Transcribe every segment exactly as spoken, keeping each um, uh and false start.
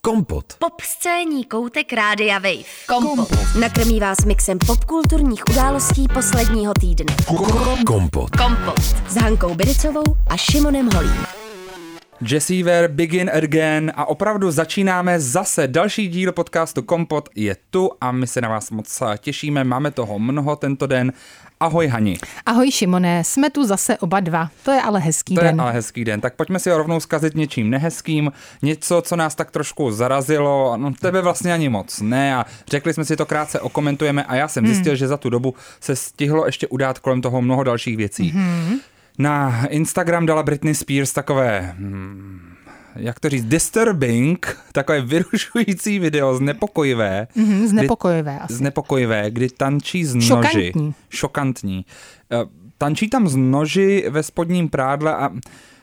Kompot. Pop scéní koutek Rádia Wave. Kompot. Nakrmí vás mixem popkulturních událostí posledního týdne. Kompot. Kompot. S Hankou Biricovou a Šimonem Holím. Jessie Ware, Begin Again a opravdu začínáme zase. Další díl podcastu Kompot je tu a my se na vás moc těšíme. Máme toho mnoho tento den. Ahoj Hani. Ahoj Šimone, jsme tu zase oba dva. To je ale hezký to den. To je ale hezký den. Tak pojďme si ho rovnou zkazit něčím nehezkým. Něco, co nás tak trošku zarazilo. No tebe vlastně ani moc ne. A řekli jsme si to krátce, okomentujeme a já jsem zjistil, hmm. že za tu dobu se stihlo ještě udát kolem toho mnoho dalších věcí. Hmm. Na Instagram dala Britney Spears takové... Hmm, jak to říct, disturbing, takové vyrušující video, znepokojivé. Mm-hmm, znepokojivé asi. Znepokojivé, kdy tančí z noži. Šokantní. Šokantní. Tančí tam z noži ve spodním prádle a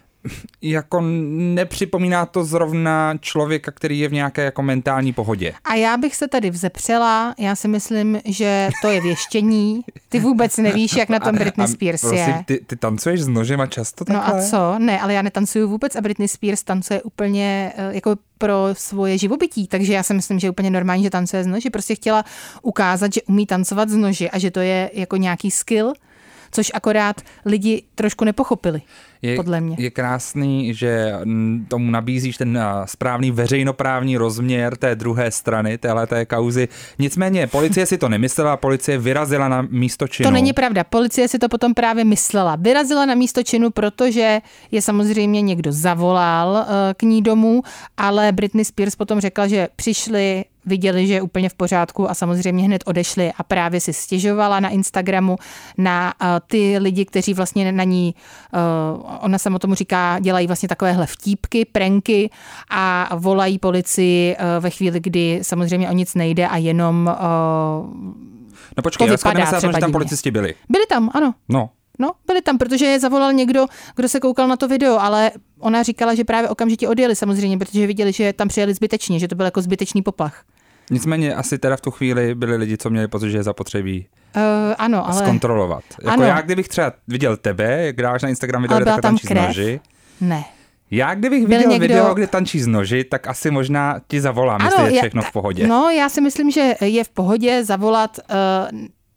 jako nepřipomíná to zrovna člověka, který je v nějaké jako mentální pohodě. A já bych se tady vzepřela, já si myslím, že to je věštění. Ty vůbec nevíš, jak na tom Britney Spears a, prosím, je. Ty, ty tancuješ s nožema často takhle? No a co? Ne, ale já netancuju vůbec a Britney Spears tancuje úplně jako pro svoje živobytí, takže já si myslím, že je úplně normální, že tancuje z noži. Prostě chtěla ukázat, že umí tancovat z noži a že to je jako nějaký skill, což akorát lidi trošku nepochopili, je, podle mě. Je krásný, že tomu nabízíš ten správný veřejnoprávní rozměr té druhé strany, téhleté kauzy. Nicméně policie si to nemyslela, policie vyrazila na místo činu. To není pravda, policie si to potom právě myslela. Vyrazila na místo činu, protože je samozřejmě někdo zavolal k ní domů, ale Britney Spears potom řekla, že přišli, viděli, že je úplně v pořádku a samozřejmě hned odešli a právě si stěžovala na Instagramu na uh, ty lidi, kteří vlastně na ní, uh, ona sama tomu říká, dělají vlastně takovéhle vtípky, pranky a volají policii uh, ve chvíli, kdy samozřejmě o nic nejde a jenom uh, No počkej, to vypadá se, třeba že tam divně. policisti byli. Byli tam, ano. No. No, byli tam, protože je zavolal někdo, kdo se koukal na to video, ale ona říkala, že právě okamžitě odjeli samozřejmě, protože viděli, že tam přijeli zbytečně, že to byl jako zbytečný poplach. Nicméně asi teda v tu chvíli byli lidi, co měli pocit, že je zapotřebí uh, ano, ale... zkontrolovat. Jako ano. Já, kdybych třeba viděl tebe, jak dáš na Instagram video, kde takhle tančí z noži. Ne. Já, kdybych Byl viděl někdo... video, kde tančí z noži, tak asi možná ti zavolám, ano, jestli je všechno já, v pohodě. No, já si myslím, že je v pohodě zavolat... Uh,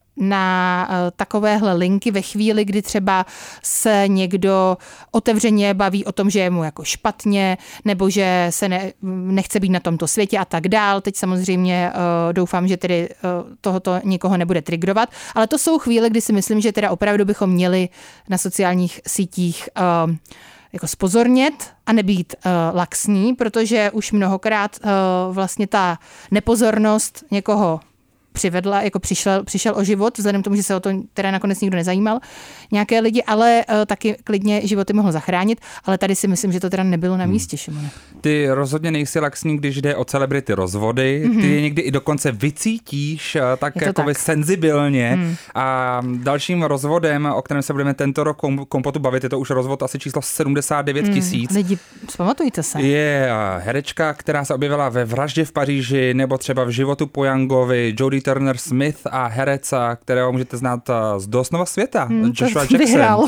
na takovéhle linky ve chvíli, kdy třeba se někdo otevřeně baví o tom, že je mu jako špatně, nebo že se ne, nechce být na tomto světě a tak dál. Teď samozřejmě uh, doufám, že tedy uh, tohoto nikoho nebude triggerovat, ale to jsou chvíle, kdy si myslím, že teda opravdu bychom měli na sociálních sítích uh, jako spozornět a nebýt uh, laxní, protože už mnohokrát uh, vlastně ta nepozornost někoho přivedla, jako přišel, přišel o život, vzhledem k tomu, že se o to teda nakonec nikdo nezajímal, nějaké lidi, ale uh, taky klidně životy mohl zachránit, ale tady si myslím, že to teda nebylo na místě, Šimone. Ty rozhodně nejsi laxní, když jde o celebrity rozvody, mm-hmm. ty je někdy i dokonce vycítíš tak jako tak. senzibilně mm. a dalším rozvodem, o kterém se budeme tento rok Kompotu bavit, je to už rozvod asi číslo sedmdesát devět tisíc. Mm. Lidi, vzpamatujte se. Je herečka, která se objevila ve Vraždě v Paříži nebo třeba v Životu po Youngovi, Jodie Turner Smith a herec, kterého můžete znát z Do snova světa, mm, Joshua Jackson. Vyhrál.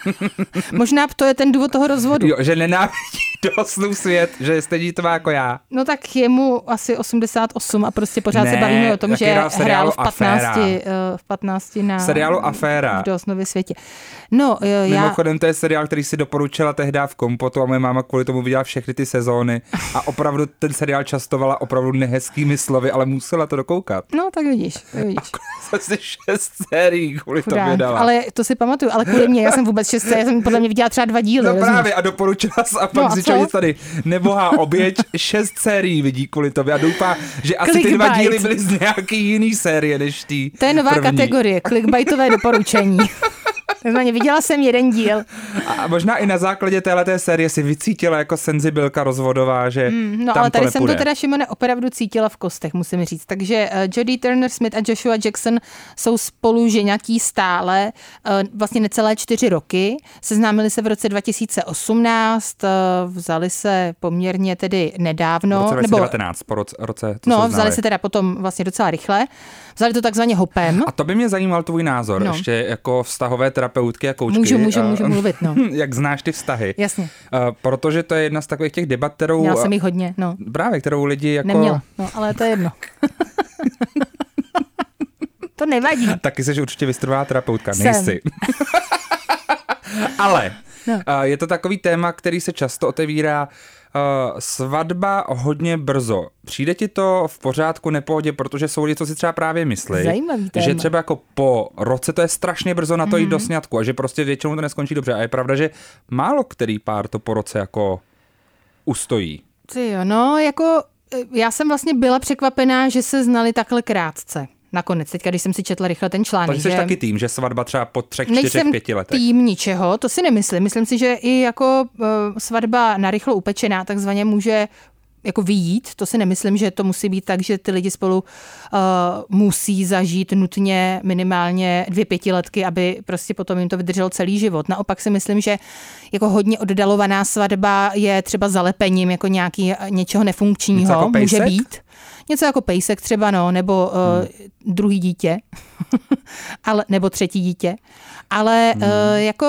Možná to je ten důvod toho rozvodu. Jo, že nenávidí Do snů svět, že je stejně to má jako já. No tak je mu asi osmdesát osm a prostě pořád ne, se bavíme o tom, že hrál v patnácti, v patnácti na... V seriálu Aféra. V Do snově světě. No, já... Mimochodem to je seriál, který si doporučila tehdy v Kompotu a moje máma kvůli tomu viděla všechny ty sezóny a opravdu ten seriál častovala opravdu nehezkými slovy, ale musela to dokoukat. No, tak vidíš, tak vidíš. A asi šest sérií kvůli Chudák, tomu dala. Ale to si pamatuju, ale kvůli mě, já jsem vůbec šest sérií, já jsem podle mě viděla třeba dva díly. No rozumíš? právě a doporučila se a pak no, si člověk tady nebohá oběť šest sérií vidí kvůli tobě a doufá, že asi ty dva díly byly z nějaký jiný série než ty. To je nová první. kategorie, clickbaitové doporučení. Znamená, viděla jsem jeden díl. A možná i na základě téhleté série si vycítila jako senzibilka rozvodová, že mm, no, tam ale tady to jsem to teda, Šimone, opravdu cítila v kostech, musím říct. Takže uh, Jodie Turner Smith a Joshua Jackson jsou spolu ženatí stále, uh, vlastně necelé čtyři roky. Seznámili se v roce dva tisíce osmnáct, uh, vzali se poměrně tedy nedávno. V roce dva tisíce devatenáct, nebo, po roce, roce co No, se vzali se teda potom vlastně docela rychle. Vzali to takzvaně hopem. A to by mě zajímal tvůj názor, no. ještě jako vztahové terapeutky a koučky. Můžu, můžu, můžu mluvit, no. Jak znáš ty vztahy. Jasně. Uh, protože to je jedna z takových těch debat, kterou... Měla jsem jich hodně, no. Právě, kterou lidi jako... Neměla, no, ale to je jedno. To nevadí. Taky jsi určitě vystudovaná terapeutka, nejsi. Ale no. uh, je to takový téma, který se často otevírá. Uh, svatba hodně brzo. Přijde ti to v pořádku, nepohodě, protože jsou lidi, co si třeba právě myslí, že třeba jako po roce to je strašně brzo na to mm-hmm. jít do sňatku a že prostě většinou to neskončí dobře. A je pravda, že málo který pár to po roce jako ustojí. Ty jo, no jako já jsem vlastně byla překvapená, že se znali takhle krátce. Nakonec, teďka, když jsem si četla rychle ten článek. Takže jsi že... taky tým, že svatba třeba po třech, čtyřech, pěti letech. Tým ničeho, to si nemyslím. Myslím si, že i jako uh, svatba narychlo upečená takzvaně může jako vyjít. To si nemyslím, že to musí být tak, že ty lidi spolu uh, musí zažít nutně minimálně dvě pětiletky, aby prostě potom jim to vydrželo celý život. Naopak si myslím, že jako hodně oddalovaná svatba je třeba zalepením jako nějaký něčeho nefunkčního. Jako může být. Něco jako pejsek třeba, no, nebo uh, hmm. druhý dítě, ale, nebo třetí dítě. Ale hmm. uh, jako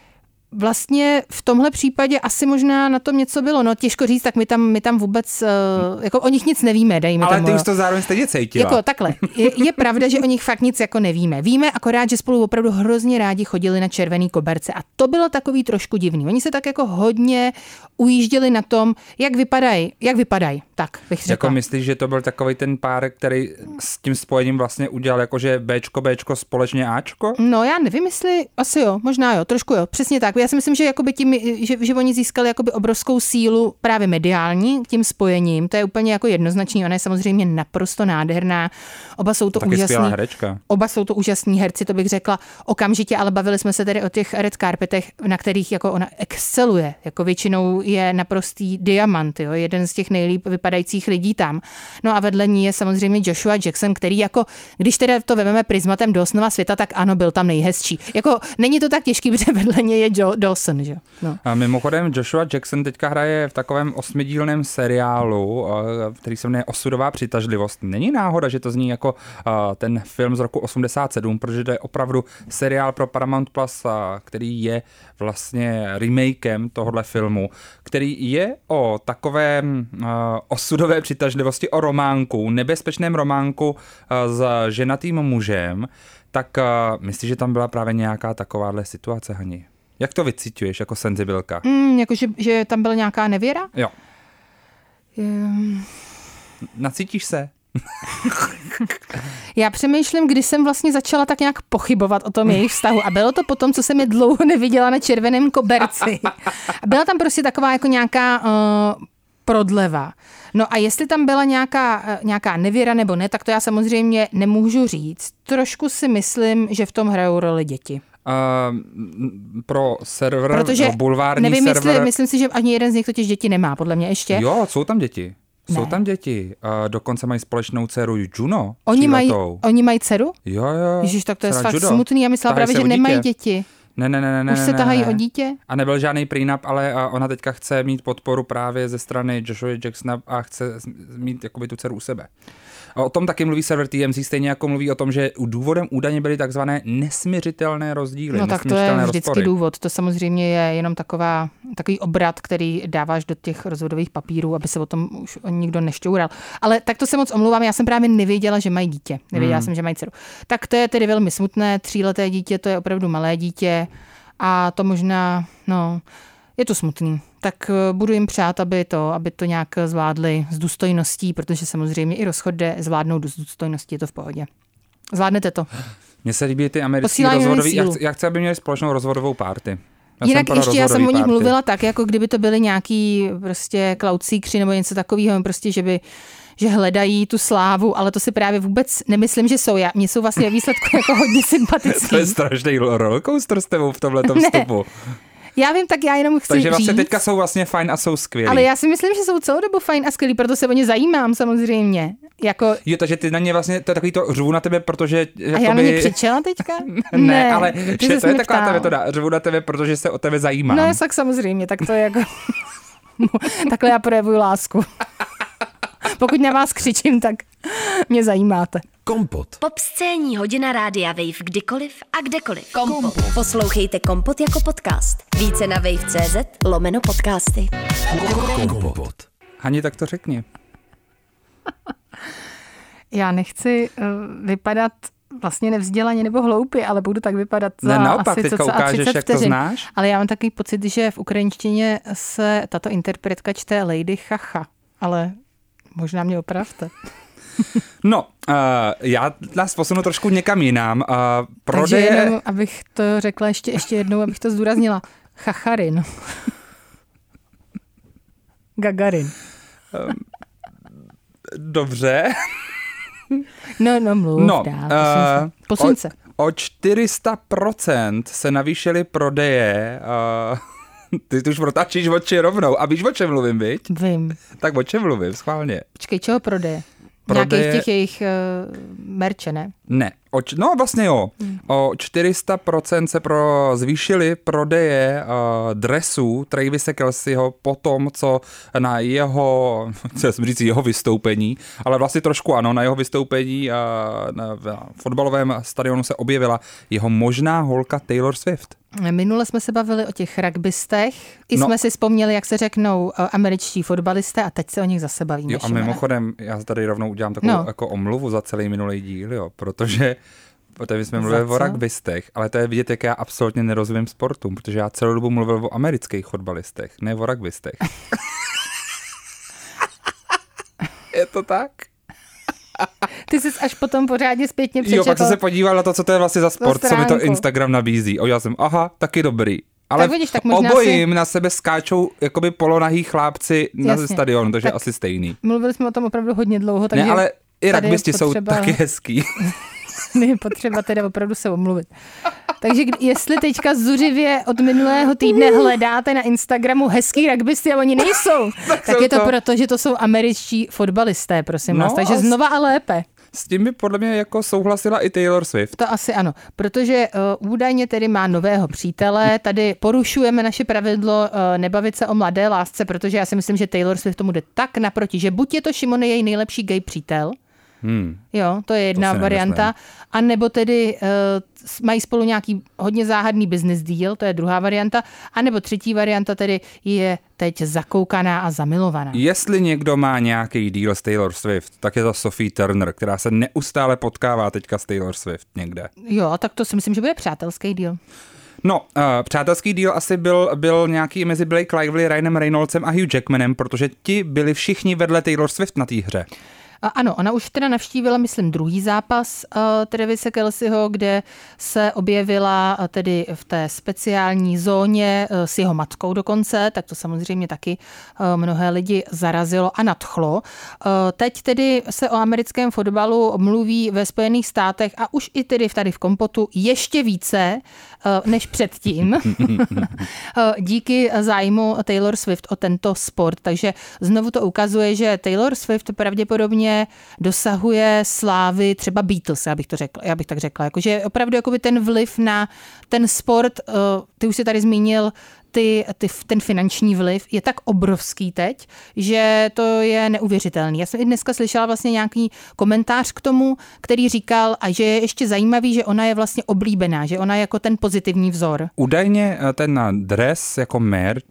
vlastně v tomhle případě asi možná na tom něco bylo. No těžko říct, tak my tam, my tam vůbec, uh, jako o nich nic nevíme, dejme Ale tomu. ty už to zároveň stejně cítila. Jako takhle, je, je pravda, že o nich fakt nic jako nevíme. Víme akorát, že spolu opravdu hrozně rádi chodili na červený koberce a to bylo takový trošku divný. Oni se tak jako hodně ujížděli na tom, jak vypadají, jak vypadají, tak bych řekla. Jako myslíš, že to byl takový ten pár, který s tím spojením vlastně udělal jakože Bčko, Bčko společně Ačko? No já nevím, jestli, asi jo, možná jo, trošku jo, přesně tak. Já si myslím, že, jakoby tím, že, že oni získali jakoby obrovskou sílu právě mediální tím spojením. To je úplně jako jednoznačný. Ona je samozřejmě naprosto nádherná. Oba jsou to, to úžasní. Oba jsou to úžasní herci, to bych řekla okamžitě, ale bavili jsme se tedy o těch red carpetech, na kterých jako ona exceluje. Jako většinou je naprostý diamant, jo? Jeden z těch nejlíp vypadajících lidí tam. No a vedle ní je samozřejmě Joshua Jackson, který jako, když teda to vezmeme prismatem do osnova světa, tak ano, byl tam nejhezčí. Jako není to tak těžký, protože vedle něj je Joe Dawson, že? No. A mimochodem Joshua Jackson teďka hraje v takovém osmidílném seriálu, který se jmenuje Osudová přitažlivost. Není náhoda, že to zní jako ten film z roku osmdesát sedm, protože to je opravdu seriál pro Paramount Plus, který je vlastně remakem tohohle filmu, který je o takové osudové přitažlivosti, o románku, nebezpečném románku s ženatým mužem. Tak myslíš, že tam byla právě nějaká takováhle situace, Hani? Jak to vycíťuješ jako senzibilka? Mm, jako, že, že tam byla nějaká nevěra? Jo. Um... Nacítíš se? Já přemýšlím, kdy jsem vlastně začala tak nějak pochybovat o tom jejich vztahu a bylo to potom, co jsem je dlouho neviděla na červeném koberci. A byla tam prostě taková jako nějaká uh, prodleva. No a jestli tam byla nějaká, uh, nějaká nevěra nebo ne, tak to já samozřejmě nemůžu říct. Trošku si myslím, že v tom hrajou roli děti. Uh, pro server, Protože pro bulvární nevím, server. Jestli, myslím si, že ani jeden z nich totiž děti nemá, podle mě ještě. Jo, jsou tam děti. Jsou ne. tam děti. Uh, dokonce mají společnou dceru Juno. Oni mají, oni mají dceru? Jo, jo. Ježiš, tak to je fakt Judo. smutný. Já myslela právě, že nemají děti. Ne, ne, ne, ne. Už ne, se ne, tahají ne. o dítě? A nebyl žádný prenup, ale ona teďka chce mít podporu právě ze strany Joshua Jacksona a chce mít jakoby tu dceru u sebe. O tom taky mluví server T M Z, stejně jako mluví o tom, že důvodem údajně byly takzvané nesmiřitelné rozdíly. No tak to je vždycky rozpory. důvod. To samozřejmě je jenom taková, takový obrat, který dáváš do těch rozvodových papírů, aby se o tom už nikdo nešťoural. Ale tak to se moc omlouvám, já jsem právě nevěděla, že mají dítě. Nevěděla hmm. jsem, že mají dceru. Tak to je tedy velmi smutné. Tříleté dítě, to je opravdu malé dítě a to možná, no, je to smutný. Tak budu jim přát, aby to, aby to nějak zvládli s důstojností, protože samozřejmě i rozchod jde zvládnout s důstojností, je to v pohodě. Zvládnete to. Mně se líbí ty americký rozvodový, já chci, já chci, aby měli společnou rozvodovou party. Já Jinak ještě já jsem o nich party. mluvila tak, jako kdyby to byly nějaký prostě klaucíkři nebo něco takového, prostě, že by že hledají tu slávu, ale to si právě vůbec nemyslím, že jsou. Já, mně jsou vlastně výsledku jako hodně sympatický. To je strašný rollercoaster s tebou v tomhletom vstupu. Já vím, tak já jenom chci Takže vlastně říct, teďka jsou vlastně fajn a jsou skvělí. Ale já si myslím, že jsou celou dobu fajn a skvělí, proto se o ně zajímám samozřejmě. Jako... Jo, takže ty na ně vlastně, to je takový to řvu na tebe, protože... Jakoby... A já na ně křičela teďka? ne, ne, ale že to je taková ptal. ta metoda, řvu na tebe, protože se o tebe zajímám. No tak samozřejmě, tak to je jako... Takhle já projevuju lásku. Pokud na vás křičím, tak mě zajímáte. Kompot. Popscénní hodina Rádia Wave kdykoliv a kdekoliv. Kompot. Poslouchejte Kompot jako podcast. Více na wave tečka cz lomeno podcasty. Kompot. Hani, tak to řekni. Já nechci uh, vypadat vlastně nevzdělaně nebo hloupě, ale budu tak vypadat za ne, naopak, asi teďka cca třicet ukážeš, jak to vteřin. znáš. Ale já mám takový pocit, že v ukrajinštině se tato interpretka čte Lady Chacha, ale možná mě opravte. No, uh, já nás posunu trošku někam jinam. Uh, prodeje... Takže jenom, abych to řekla ještě, ještě jednou, abych to zdůraznila. Chacharin. Gagarin. Um, dobře. No, no, mluv no, dál. Uh, Posuň se. O, o čtyři sta procent se navýšily prodeje. Uh, ty tu už protáčíš oči rovnou. A víš, o čem mluvím, viď? Vím. Tak o čem mluvím, schválně. Počkej, čeho prodeje? Prodeje... Nějakých těch jejich uh, merče, ne? Ne, o, no vlastně jo. Hmm. O čtyři sta procent se pro zvýšily prodeje uh, dresů Travise Kelceho po tom, co na jeho, chci říct jeho vystoupení, ale vlastně trošku ano, na jeho vystoupení uh, na, na fotbalovém stadionu se objevila jeho možná holka Taylor Swift. Minule jsme se bavili o těch rugbystech, i no. jsme si vzpomněli, jak se řeknou uh, američtí fotbalisté a teď se o nich zase bavíme. Jo, a mimochodem, já tady rovnou udělám takovou no. jako omluvu za celý minulý díl, jo, protože Protože jsme mluvili o rugbystech, ale to je vidět, jak já absolutně nerozumím sportům, protože já celou dobu mluvil o amerických fotbalistech, ne o rugbystech. Je to tak? Ty jsi až potom pořádně zpětně přečetl. Jo, pak jsem se podíval na to, co to je vlastně za sport, co mi to Instagram nabízí. A já jsem, aha, taky dobrý. Ale tak vidíš, tak možná obojím si... na sebe skáčou jakoby polonahý chlápci na Jasně. stadionu, takže tak asi stejný. Mluvili jsme o tom opravdu hodně dlouho, takže... Ne, ale i rugbysti potřeba... jsou taky hezký. Je potřeba teda opravdu se omluvit. Takže jestli teďka zuřivě od minulého týdne hledáte na Instagramu hezký rugbysty a oni nejsou, tak, tak je to, to proto, že to jsou američtí fotbalisté, prosím no, vás. Takže znova a lépe. S tím by podle mě jako souhlasila i Taylor Swift. To asi ano, protože uh, údajně tedy má nového přítele. Tady porušujeme naše pravidlo uh, nebavit se o mladé lásce, protože já si myslím, že Taylor Swift tomu jde tak naproti, že buď je to Šimon její nejlepší gay přítel, Hmm. Jo, to je jedna to varianta. A nebo tedy uh, mají spolu nějaký hodně záhadný business deal, to je druhá varianta. A nebo třetí varianta tedy je teď zakoukaná a zamilovaná. Jestli někdo má nějaký deal s Taylor Swift, tak je to Sophie Turner, která se neustále potkává teďka s Taylor Swift někde. Jo, tak to si myslím, že bude přátelský deal. No, uh, přátelský díl asi byl, byl nějaký mezi Blake Lively, Ryanem Reynoldsem a Hugh Jackmanem, protože ti byli všichni vedle Taylor Swift na té hře. Ano, ona už teda navštívila, myslím, druhý zápas uh, Travise Kelceho, kde se objevila uh, tedy v té speciální zóně uh, s jeho matkou dokonce, tak to samozřejmě taky uh, mnohé lidi zarazilo a nadchlo. Uh, teď tedy se o americkém fotbalu mluví ve Spojených státech a už i tedy tady v Kompotu ještě více uh, než předtím. uh, díky zájmu Taylor Swift o tento sport, takže znovu to ukazuje, že Taylor Swift pravděpodobně dosahuje slávy třeba Beatles, já bych to řekla, já bych tak řekla, jakože opravdu jakoby ten vliv na ten sport, ty už si tady zmínil, ty, ty, ten finanční vliv je tak obrovský teď, že to je neuvěřitelný. Já jsem i dneska slyšela vlastně nějaký komentář k tomu, který říkal, a že je ještě zajímavý, že ona je vlastně oblíbená, že ona je jako ten pozitivní vzor. Údajně ten dres jako merch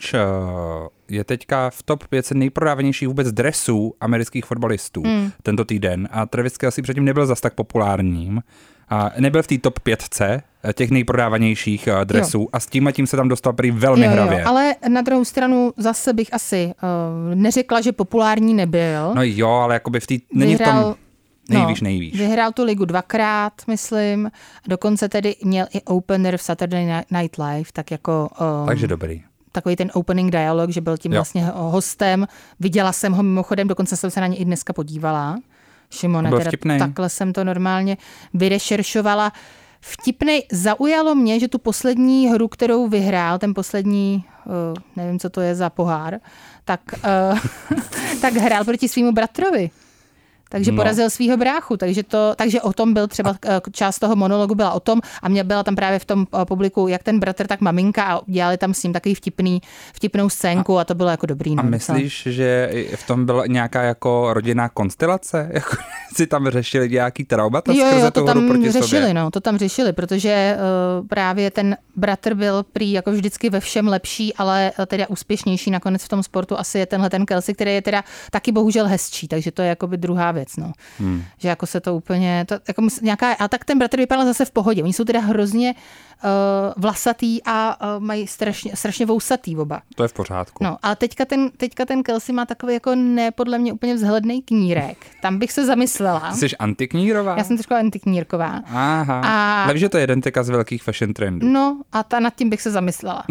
je teďka v top pět nejprodávanějších vůbec dresů amerických fotbalistů mm. tento týden. A Travis Kelce předtím nebyl zas tak populárním. A nebyl v té top pětce těch nejprodávanějších dresů jo. a s tím a tím se tam dostal prý velmi jo, hravě. Jo, ale na druhou stranu zase bych asi uh, neřekla, že populární nebyl. No jo, ale jakoby v té není Vyhrál, v tom nejvíš, no, nejvíš. Vyhrál tu ligu dvakrát, myslím. Dokonce tedy měl i opener v Saturday Night Live, tak jako... Um, Takže dobrý. Takový ten opening dialog, že byl tím jo. vlastně hostem. Viděla jsem ho mimochodem, dokonce jsem se na ně i dneska podívala. Šimone, teda takhle jsem to normálně vyrešeršovala. Vtipnej, zaujalo mě, že tu poslední hru, kterou vyhrál, ten poslední, uh, nevím, co to je za pohár, tak, uh, tak hrál proti svýmu bratrovi. Takže No. porazil svýho bráchu, takže, to, takže o tom byl třeba část toho monologu byla o tom a mě byla tam právě v tom publiku jak ten bratr, tak maminka a dělali tam s ním takový vtipný, vtipnou scénku a, a to bylo jako dobrý. No, a myslíš, docela. Že v tom byla nějaká jako rodinná konstelace? Jako si tam řešili nějaký traumata jo, skrze jo, to tu tam hru proti řešili, sobě? no, to tam řešili, protože uh, právě ten bratr byl prý jako vždycky ve všem lepší, ale teda úspěšnější nakonec v tom sportu asi je tenhle ten Kelsey, který je teda taky bohužel hezčí, takže to je jakoby druhá věc, no. Hmm. Že jako se to úplně, to, jako nějaká, a tak ten bratr vypadal zase v pohodě. Oni jsou teda hrozně uh, vlasatý a uh, mají strašně, strašně vousatý oba. To je v pořádku. No a teďka ten, teďka ten Kelsey má takový jako ne podle mě úplně vzhlednej knírek. Tam bych se zamyslela. Jsi antiknírová? Já jsem trošku antiknírková. Aha, a... ale víš, že to je jeden teka z velkých fashion trendů. No a ta, nad tím bych se zamyslela.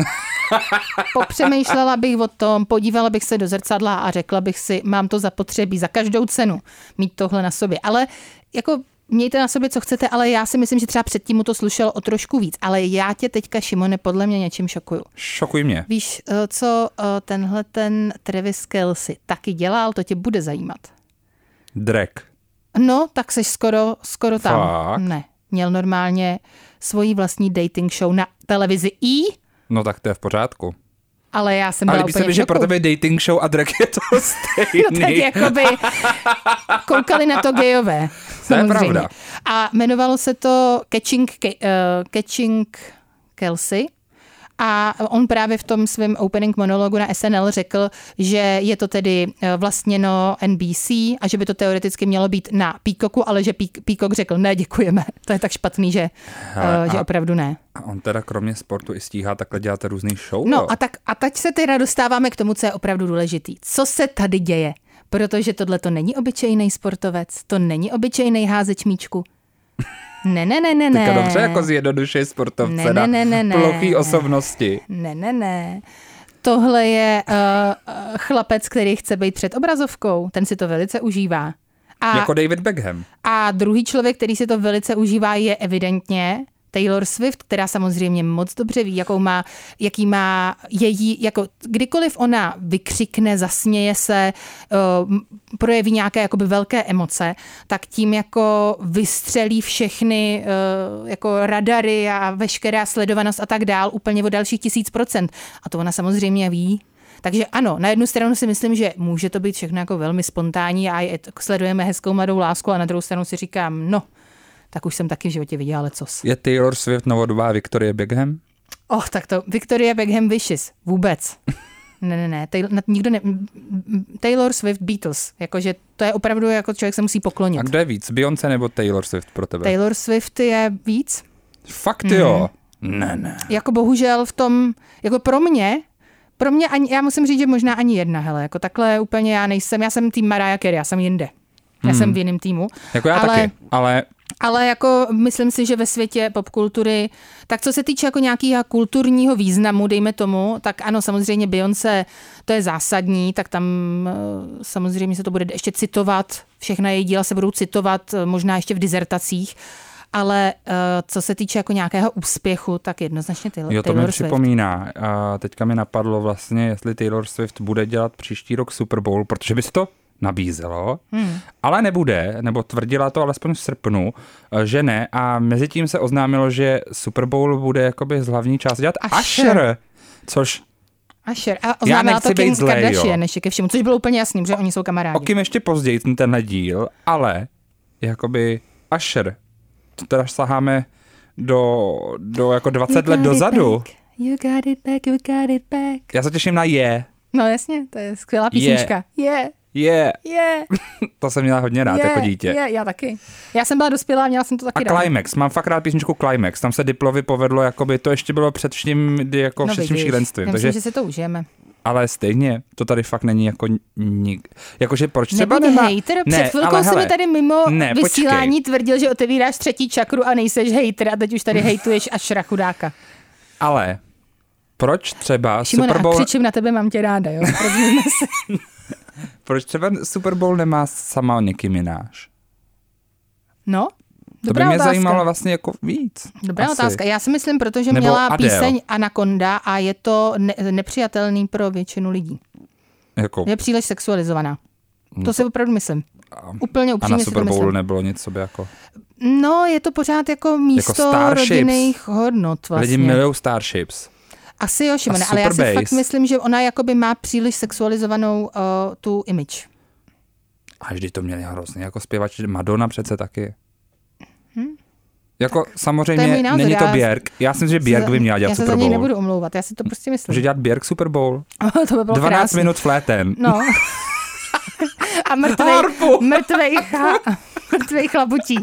Popřemýšlela bych o tom, podívala bych se do zrcadla a řekla bych si, mám to zapotřebí za každou cenu mít tohle na sobě. Ale jako mějte na sobě, co chcete, ale já si myslím, že třeba předtím mu to slušelo o trošku víc. Ale já tě teďka, Šimone, podle mě něčím šokuju. Šokuj mě. Víš, co tenhle ten Travis Kelce taky dělal, to tě bude zajímat. Drag. No, tak seš skoro, skoro tam. Fakt? Ne, měl normálně svoji vlastní dating show na televizi I. No tak to je v pořádku. Ale já jsem ale byla úplně úplně mi, v že šoku. pro tebe dating show a drag je to stejný. No tak jakoby koukali na to gejové. To je samozřejmě. pravda. A jmenovalo se to Catching, uh, Catching Kelsey. A on právě v tom svém opening monologu na S N L řekl, že je to tedy vlastněno N B C a že by to teoreticky mělo být na Peacocku, ale že Peacock řekl, ne, děkujeme. To je tak špatný, že, Hele, uh, že opravdu ne. A on teda kromě sportu i stíhá takhle dělat různý show? No a, tak, a teď se teda dostáváme k tomu, co je opravdu důležitý. Co se tady děje? Protože tohle to není obyčejný sportovec, to není obyčejný házeč míčku. Ne, ne, ne, ne, ne. Teďka dobře jako zjednodušuje sportovce ne, na ne, ne, ne, plochý ne. osobnosti. Ne, ne, ne. Tohle je uh, chlapec, který chce být před obrazovkou. Ten si to velice užívá. A, Jako David Beckham. a druhý člověk, který si to velice užívá, je evidentně Taylor Swift, která samozřejmě moc dobře ví, jakou má, jaký má její, jako kdykoliv ona vykřikne, zasměje se, uh, projeví nějaké jakoby velké emoce, tak tím jako vystřelí všechny uh, jako radary a veškerá sledovanost a tak dál úplně o dalších tisíc procent. A to ona samozřejmě ví. Takže ano, na jednu stranu si myslím, že může to být všechno jako velmi spontánní a je, sledujeme hezkou mladou lásku a na druhou stranu si říkám, no, tak už jsem taky v životě viděla lecos. Je Taylor Swift novodobá Victoria Beckham? Oh, tak to Victoria Beckham wishes. Vůbec. Ne, ne, ne. Taylor, nikdo ne. Taylor Swift Beatles. Jakože to je opravdu, jako člověk se musí poklonit. A kdo je víc? Beyoncé nebo Taylor Swift pro tebe? Taylor Swift je víc. Fakt jo? Mm. Ne, ne. Jako bohužel v tom, jako pro mě, pro mě ani, já musím říct, že možná ani jedna, hele, jako takhle úplně já nejsem, já jsem tým Mariah Carey, já jsem jinde. Já hmm. jsem v jiném týmu. Jako já ale, taky, ale... Ale jako myslím si, že ve světě popkultury, tak co se týče jako nějakého kulturního významu, dejme tomu, tak ano, samozřejmě Beyoncé, to je zásadní, tak tam samozřejmě se to bude ještě citovat, všechna její díla se budou citovat, možná ještě v dizertacích, ale uh, co se týče jako nějakého úspěchu, tak jednoznačně Taylor, Jo, to Taylor mi Swift. připomíná. A teďka mi napadlo vlastně, jestli Taylor Swift bude dělat příští rok Super Bowl, protože by se to nabízelo, hmm. ale nebude, nebo tvrdila to alespoň v srpnu, že ne. A mezi tím se oznámilo, že Super Bowl bude jakoby z hlavní části dělat Usher. Usher, což... Usher. A oznámila to Kim Kardashian, ještě ke všemu, což bylo úplně jasný, že oni jsou kamarádi. O Kim ještě později tenhle díl, ale jakoby Usher, to teda saháme do, do jako dvacet let dozadu. Back. You got it back, you got it back. Já se těším na Je. No jasně, to je skvělá písnička. Je. Yeah. Je. Je. To jsem měla hodně rád yeah. jako dítě. Je, já taky. Já jsem byla dospělá a měla jsem to taky a rád. Climax, mám fakt rád písničku Climax, tam se Diplovi povedlo, jakoby to ještě bylo před vším, jako no, před tím šílenstvím. Já takže, myslím, že si to užijeme. Ale stejně, to tady fakt není jako nik... Jakože proč třeba Nebuď nemá... hejter, ne, před chvilkou se mi tady mimo ne, vysílání počkej. tvrdil, že otevíráš třetí čakru a nejseš hejter a teď už tady hejtuješ Ushera chudáka. Ale proč třeba Šimona, Super Bowl... křičím na tebe, mám tě ráda, jo? Rozumíme si. Proč třeba Super Bowl nemá sama Nicki Minaj? No, to by mě otázka. Zajímalo vlastně jako víc. Dobrá asi. otázka. Já si myslím, protože Nebo měla Adele. píseň Anaconda a je to ne- nepřijatelný pro většinu lidí. Jako... Je příliš sexualizovaná. To si opravdu myslím. Úplně A upřímně na si to Super Bowlu myslím. nebylo nic sobě jako... No, je to pořád jako místo Starships. rodinných hodnot vlastně. Lidi milujou Starships. Asi jo, Šimone, A ale já si Super fakt Bass. myslím, že ona jakoby má příliš sexualizovanou uh, tu image. A vždy to měli hrozně, jako zpěvač Madonna přece taky. Hm? Jako to je samozřejmě můj názor, není to já- Björk. Já si myslím, že Björk by měla dělat Já se Super za něj Bowl. nebudu omlouvat, já si to prostě myslím. Může dělat Björk Super Bowl. to by bylo dvanáct krásný. minut flétem. No. A mrtvej, Harpu. mrtvej, cha, mrtvej chlaputí.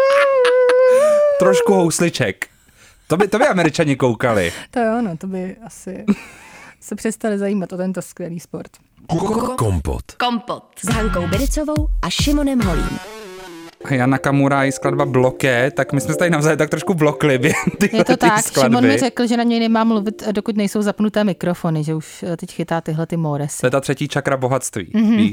Trošku housliček. To by, to by Američani koukali. To jo, no, to by asi se přestali zajímat o tento skvělý sport. Kompot. Kompot. S Hankou Bericovou a Šimonem Holím. A Jana Kamura i skladba Bloké, tak my jsme se tady navzájem tak trošku blokli během tyhle Je to ty tak, skladby. Šimon mi řekl, že na něj nemá mluvit, dokud nejsou zapnuté mikrofony, že už eh, teď chytá tyhle ty To móresy. je ta třetí čakra bohatství, Mhm. mm-hmm. víš?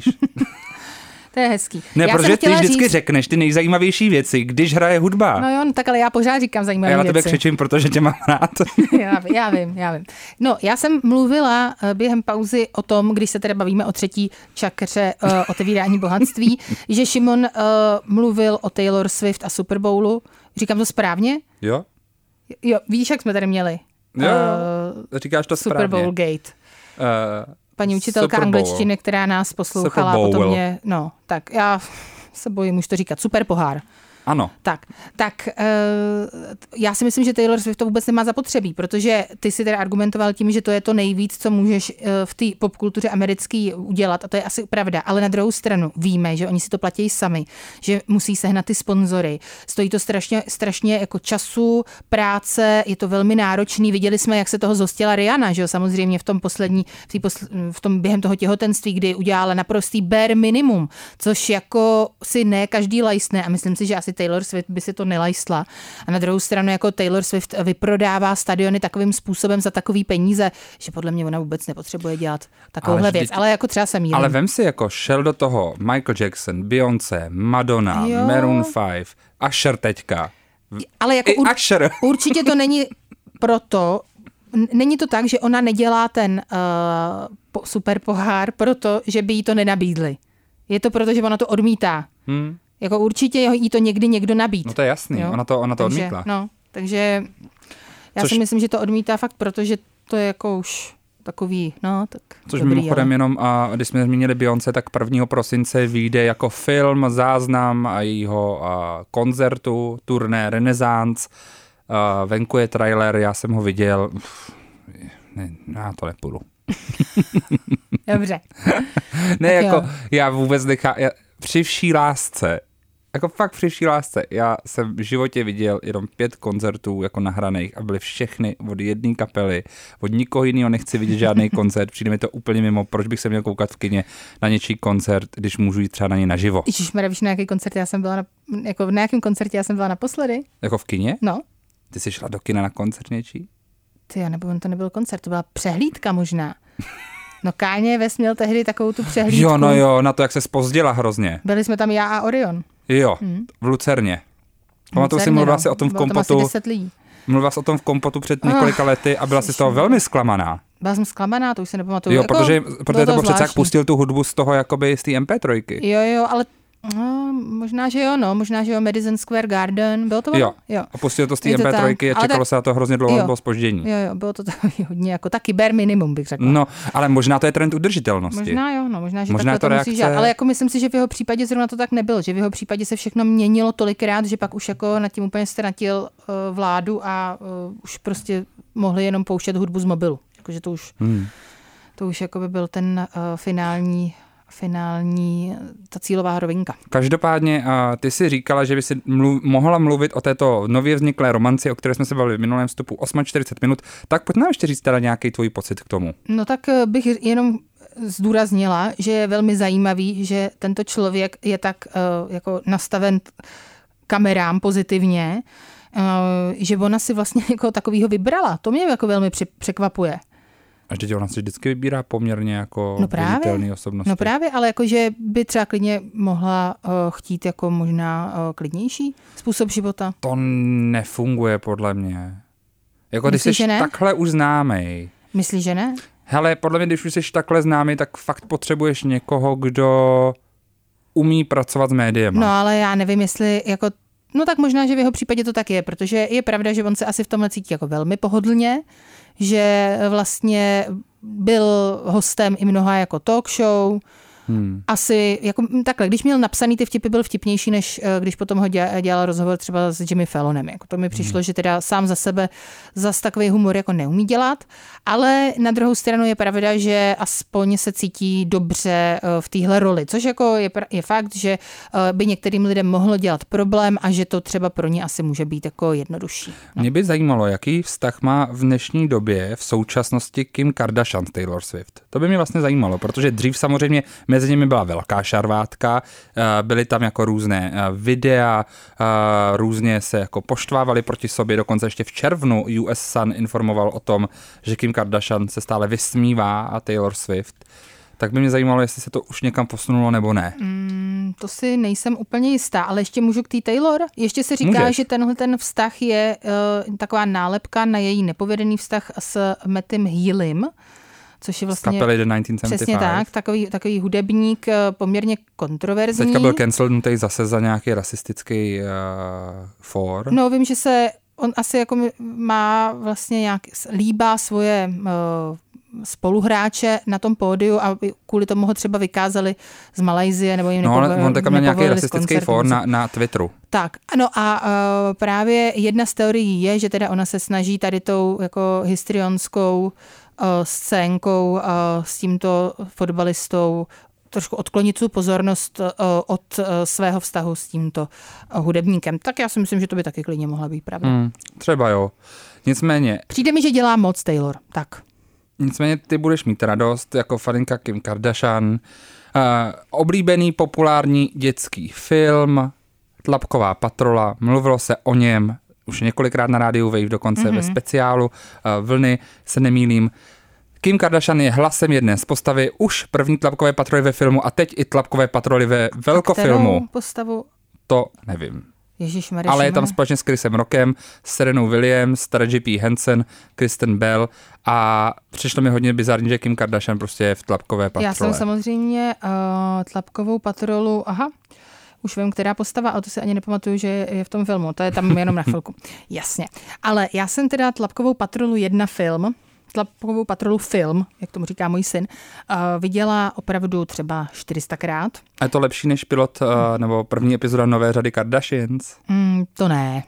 To je hezký. Ne, Já jsem protože ty chtěla vždycky říct, řekneš ty nejzajímavější věci, když hraje hudba. No jo, no, tak ale já pořád říkám A zajímavé já na věci. tebe křičím, protože tě mám rád. já, já vím, já vím. No, já jsem mluvila eh, během pauzy o tom, když se teda bavíme o třetí čakře uh, otevírání bohatství, že Šimon uh, mluvil o Taylor Swift a Super Bowlu. Říkám to správně? Jo? Jo, víš, jak jsme tady měli? Jo, Eh, říkáš to Super správně. Bowl Gate. Uh, Paní učitelka Super Bowl. angličtiny, která nás poslouchala, Super Bowl. potom mě, no, tak já se bojím už to říkat, super pohár. Ano. Tak, tak uh, já si myslím, že Taylor Swift to vůbec nemá zapotřebí, protože ty si teda argumentoval tím, že to je to nejvíc, co můžeš uh, v té popkultuře americký udělat, a to je asi pravda, ale na druhou stranu víme, že oni si to platí sami, že musí sehnat ty sponzory, stojí to strašně, strašně jako času, práce, je to velmi náročný, viděli jsme, jak se toho zhostila Rihanna, že jo, samozřejmě v tom poslední, v, tý posl, v tom během toho těhotenství, kdy udělala naprostý bare minimum, což jako si ne každý lajstne a myslím si, že asi Taylor Swift by si to nelajstla. A na druhou stranu jako Taylor Swift vyprodává stadiony takovým způsobem za takový peníze, že podle mě ona vůbec nepotřebuje dělat takovouhle Ale věc. vždyť- Ale jako třeba se mýlím. Ale vem si, jako šel do toho Michael Jackson, Beyoncé, Madonna, Jo. Maroon five, Usher teďka. Ale jako I ur, Usher. určitě to není proto, n- není to tak, že ona nedělá ten uh, po, super pohár proto, že by jí to nenabídli. Je to proto, že ona to odmítá. Hmm. Jako určitě jí to někdy někdo nabíd. No to je jasný, Jo? ona to, ona to takže, odmítla. No, takže já Což- si myslím, že to odmítá fakt, protože to je jako už takový, no, tak Což dobrý, mimochodem ale... jenom, a když jsme zmínili Beyoncé, tak prvního prosince vyjde jako film, záznam a jejího a, koncertu, turné Renaissance. A, venku je trailer, já jsem ho viděl. Uf, ne, já to nepůjdu. Dobře. Ne, Tak jako jo. já vůbec nechám, já, při vší lásce, jako fakt při vší lásce, já jsem v životě viděl jenom pět koncertů jako nahraných a byly všechny od jedné kapely, od nikoho jiného nechci vidět žádný koncert, přijde mi to úplně mimo, proč bych se měl koukat v kině na něčí koncert, když můžu jít třeba na něj naživo. Ježišmarja, víš, na jaký koncert já jsem byla, na, jako na jakém koncertě já jsem byla naposledy? Jako v kině? No, Ty jsi šla do kina na koncert něčí? ty jo, nebo on to nebyl koncert, to byla přehlídka možná. No Kanye West měl tehdy takovou tu přehlídku. Jo, no jo, na to, jak se zpozdila hrozně. Byli jsme tam já a Orion. Jo, v Lucerně. Pamatuju si, Lucerně, mluvila no. si o tom v Bylo tam asi kompotu, deset lidí. mluvila jsi o tom v kompotu před několika lety a byla si z toho velmi zklamaná. Byla jsem zklamaná, to už se nepamatuju. Jo, jako, protože, protože to bylo přece, jak zvláštní. pustil tu hudbu z toho, jakoby z té em pé tři. Jo, jo, ale no, možná, že jo, no, možná, že jo, Madison Square Garden, bylo to ono? Jo. jo. A pustil to z té Je to em pé tři tak. a Ale čekalo tak- se na to hrozně dlouho, jo. bylo zpoždění. Jo, jo, bylo to takový hodně, jako taky bare minimum, bych řekla. No, ale možná to je trend udržitelnosti. Možná jo, no, možná, že Možná takhle je to to musí reakce- žát. Ale jako myslím si, že v jeho případě zrovna to tak nebylo, že v jeho případě se všechno měnilo tolikrát, že pak už jako nad tím úplně ztratil uh, vládu a uh, už prostě mohli jenom pouštět hudbu z mobilu. Jakože to už, Hmm. to už jako by byl ten uh, finální, finální, ta cílová rovinka. Každopádně a ty si říkala, že by si mluv, mohla mluvit o této nově vzniklé romanci, o které jsme se bavili v minulém vstupu čtyřicet osm minut, tak pojď nám ještě říct teda nějaký tvůj pocit k tomu. No tak eh, bych jenom zdůraznila, že je velmi zajímavý, že tento člověk je tak uh, jako nastaven kamerám pozitivně, uh, že ona si vlastně jako takovýho vybrala. To mě jako velmi při- překvapuje. Až teď ona si vždycky vybírá poměrně jako No právě. viditelný osobnosti. No právě, ale jakože by třeba klidně mohla uh, chtít jako možná uh, klidnější způsob života. To nefunguje podle mě. Jako když Myslíš, jsi že ne? takhle už známej. Myslíš, že ne? Hele, podle mě, když už jsi takhle známý, tak fakt potřebuješ někoho, kdo umí pracovat s médiem. No ale já nevím, jestli jako, no tak možná, že v jeho případě to tak je, protože je pravda, že on se asi v tomhle cítí jako velmi pohodlně, že vlastně byl hostem i mnoha jako talk show. Hmm. Asi, jako takhle, když měl napsaný ty vtipy, byl vtipnější, než když potom ho dělal rozhovor třeba s Jimmy Fallonem. Jako to mi přišlo, hmm. že teda sám za sebe zas takový humor jako neumí dělat, ale na druhou stranu je pravda, že aspoň se cítí dobře v téhle roli, což jako je, je fakt, že by některým lidem mohlo dělat problém a že to třeba pro ně asi může být jako jednodušší. No. Mě by zajímalo, jaký vztah má v dnešní době v současnosti Kim Kardashian s Taylor Swift. To by mě vlastně zajímalo, protože dřív samozřejmě mezi nimi byla velká šarvátka, byly tam jako různé videa, různě se jako poštvávali proti sobě, dokonce ještě v červnu U S Sun informoval o tom, že Kim Kardashian se stále vysmívá a Taylor Swift. Tak by mě zajímalo, jestli se to už někam posunulo nebo ne. Mm, to si nejsem úplně jistá, ale ještě můžu k té Taylor. Ještě se říká, Můžeš. že tenhle ten vztah je uh, taková nálepka na její nepovedený vztah s Mattem Healym, což je vlastně kapely The devatenáct set sedmdesát pět. Přesně tak, takový, takový hudebník poměrně kontroverzní. Teďka byl cancelnutý zase za nějaký rasistický uh, for. No vím, že se on asi jako má vlastně nějak, líbá svoje uh, spoluhráče na tom pódiu a kvůli tomu ho třeba vykázali z Malajsie nebo jim no, nepovolili. No, on taky měl nějaký rasistický for na, na Twitteru. Tak, ano a uh, právě jedna z teorií je, že teda ona se snaží tady tou jako histrionskou scénkou uh, s tímto fotbalistou trošku odklonit tu pozornost uh, od uh, svého vztahu s tímto uh, hudebníkem. Tak já si myslím, že to by taky klidně mohla být pravda. Hmm, třeba jo. Nicméně... Přijde mi, že dělá moc Taylor. Tak. Nicméně ty budeš mít radost jako faninka Kim Kardashian. Uh, oblíbený populární dětský film, Tlapková patrola, mluvilo se o něm už několikrát na rádiu Wave, dokonce mm-hmm. ve speciálu uh, Vlny, se nemýlím. Kim Kardashian je hlasem jedné z postavy už první Tlapkové patroly ve filmu a teď i Tlapkové patroly ve velkofilmu. A kterou postavu? To nevím. Ježišmarja, ale je tam společně s Chrisem Rockem, s Serenou Williams, Tara J P Henson, Kristen Bell a přišlo mi hodně bizarní, že Kim Kardashian prostě je v Tlapkové patrole. Já jsem samozřejmě uh, Tlapkovou patrolu, aha, už vím, která postava, ale to si ani nepamatuju, že je v tom filmu. To je tam jenom na chvilku. Jasně. Ale já jsem teda Tlapkovou patrolu jedna film, Tlapkovou patrolu film, jak tomu říká můj syn, uh, viděla opravdu třeba čtyři sta krát. A je to lepší než pilot uh, nebo první epizoda nové řady Kardashians? Mm, to ne.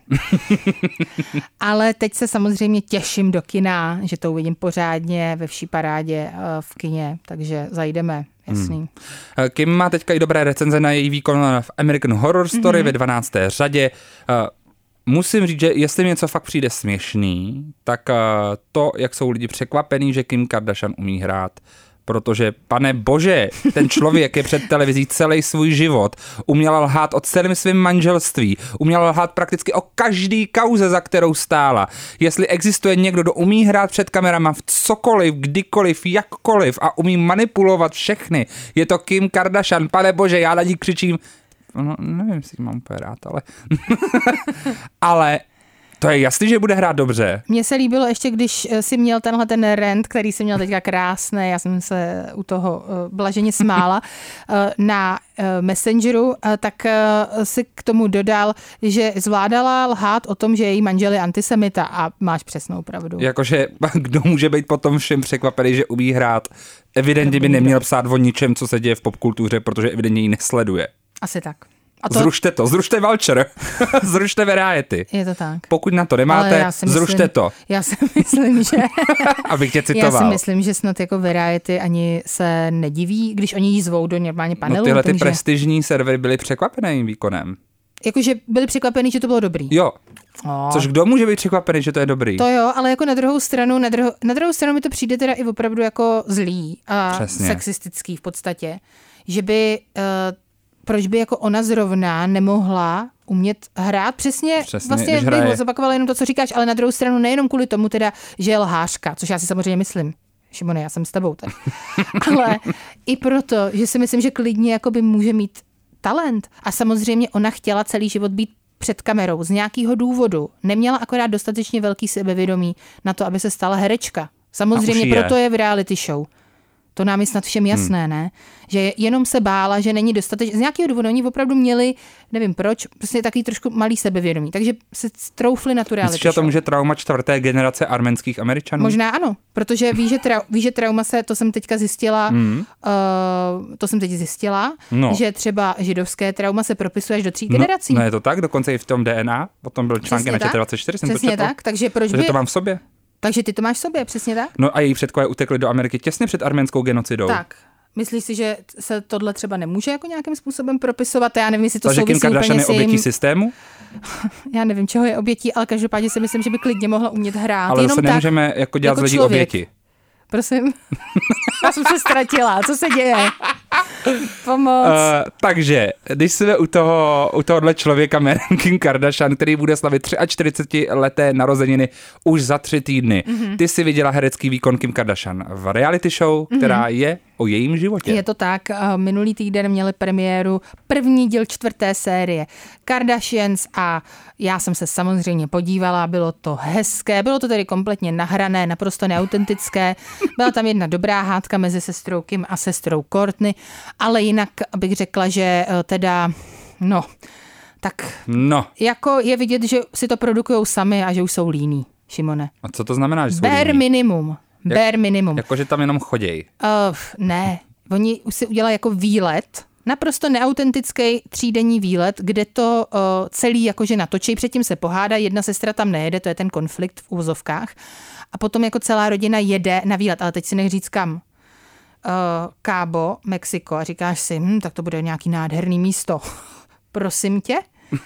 Ale teď se samozřejmě těším do kina, že to uvidím pořádně ve vší parádě uh, v kině, takže zajdeme. Jasný. Hmm. Kim má teďka i dobré recenze na její výkon v American Horror Story mm-hmm. ve dvanácté řadě. Uh, Musím říct, že jestli mi něco fakt přijde směšný, tak to, jak jsou lidi překvapení, že Kim Kardashian umí hrát. Protože, pane bože, ten člověk je před televizí celý svůj život. Uměla lhát o celém svém manželství. Uměla lhát prakticky o každý kauze, za kterou stála. Jestli existuje někdo, kdo umí hrát před kamerama v cokoliv, kdykoliv, jakkoliv a umí manipulovat všechny, je to Kim Kardashian. Pane bože, já na ní křičím. No, nevím, jestli mám úplně rád, ale... ale to je jasný, že bude hrát dobře. Mně se líbilo ještě, když si měl tenhle ten rant, který si měl teďka krásný, já jsem se u toho blaženě smála, na Messengeru, tak si k tomu dodal, že zvládala lhát o tom, že její manžel je antisemita a máš přesnou pravdu. Jakože kdo může být potom všem překvapený, že umí hrát? Evidentně by neměl psát o ničem, co se děje v popkultuře, protože evidentně ji nesleduje. Asi tak. A to... Zrušte to, zrušte Vulture, zrušte Variety. Je to tak. Pokud na to nemáte, myslím, zrušte to. Já si myslím, že... Abych tě citoval. Já si myslím, že snad jako Variety ani se nediví, když oni jí zvou do normálně panelu. No tyhle ty takže... prestižní servery byly překvapený jejím výkonem. Jakože byli překvapený, že to bylo dobrý. Jo. Oh. Což kdo může být překvapený, že to je dobrý? To jo, ale jako na druhou stranu, na druhou, na druhou stranu mi to přijde teda i opravdu jako zlý a Přesně. sexistický v podstatě. Že by... Uh, proč by jako ona zrovna nemohla umět hrát přesně, přesně vlastně bych zopakovala jenom to, co říkáš, ale na druhou stranu nejenom kvůli tomu teda, že je lhářka, což já si samozřejmě myslím. Šimone, já jsem s tebou teď. Ale i proto, že si myslím, že klidně jako by může mít talent. A samozřejmě ona chtěla celý život být před kamerou z nějakého důvodu. Neměla akorát dostatečně velký sebevědomí na to, aby se stala herečka. Samozřejmě proto je v reality show. To nám je snad všem jasné, hmm. ne? Že jenom se bála, že není dostatečně. Z nějakého důvodu oni opravdu měli, nevím proč, prostě takový trošku malý sebevědomí. Takže se troufli na tu reality. Myslíš, že to může trauma čtvrté generace arménských Američanů? Možná ano, protože ví, že, trau, ví, že trauma se, to jsem teďka zjistila, hmm. uh, to jsem teď zjistila, no. že třeba židovské trauma se propisuje až do tří no, generací. No je to tak, dokonce i v tom D N A, potom byl články na dvacet čtyři, jsem Přesně to četl. tak, takže proč takže by... to mám v sobě. Takže ty to máš v sobě, přesně tak? No a její předkové utekli do Ameriky těsně před arménskou genocidou. Tak. Myslíš si, že se tohle třeba nemůže jako nějakým způsobem propisovat? Já nevím, jestli to souvisí úplně Kim Kardashian s je obětí jejím... systému? Já nevím, čeho je obětí, ale každopádně si myslím, že by klidně mohla umět hrát. Ale Jenom se tak, nemůžeme jako dělat jako z lidí člověk. oběti. Prosím. Já jsem se ztratila. Co se děje? Pomoc. Uh, takže, když jsme u toho, u tohohle člověka jménem Kim Kardashian, který bude slavit čtyřicetileté narozeniny už za tři týdny. Mm-hmm. Ty jsi viděla herecký výkon Kim Kardashian v reality show, která mm-hmm. je o jejím životě. Je to tak. Minulý týden měli premiéru první díl čtvrté série Kardashians a já jsem se samozřejmě podívala, bylo to hezké, bylo to tedy kompletně nahrané, naprosto neautentické. Byla tam jedna dobrá hádka mezi sestrou Kim a sestrou Kourtney, ale jinak bych řekla, že teda, no, tak no. jako je vidět, že si to produkujou sami a že už jsou líní, Šimone. A co to znamená, že jsou Bare líní? minimum. Bare minimum. Jakože tam jenom choděj. Uh, ne, oni už si udělali jako výlet, naprosto neautentický třídenní výlet, kde to uh, celý jakože natočí, předtím se pohádá, jedna sestra tam nejede, to je ten konflikt v úvozovkách, a potom jako celá rodina jede na výlet, ale teď si nech říct kam. Uh, Cabo, Mexiko, a říkáš si, hm, tak to bude nějaký nádherný místo. Prosím tě.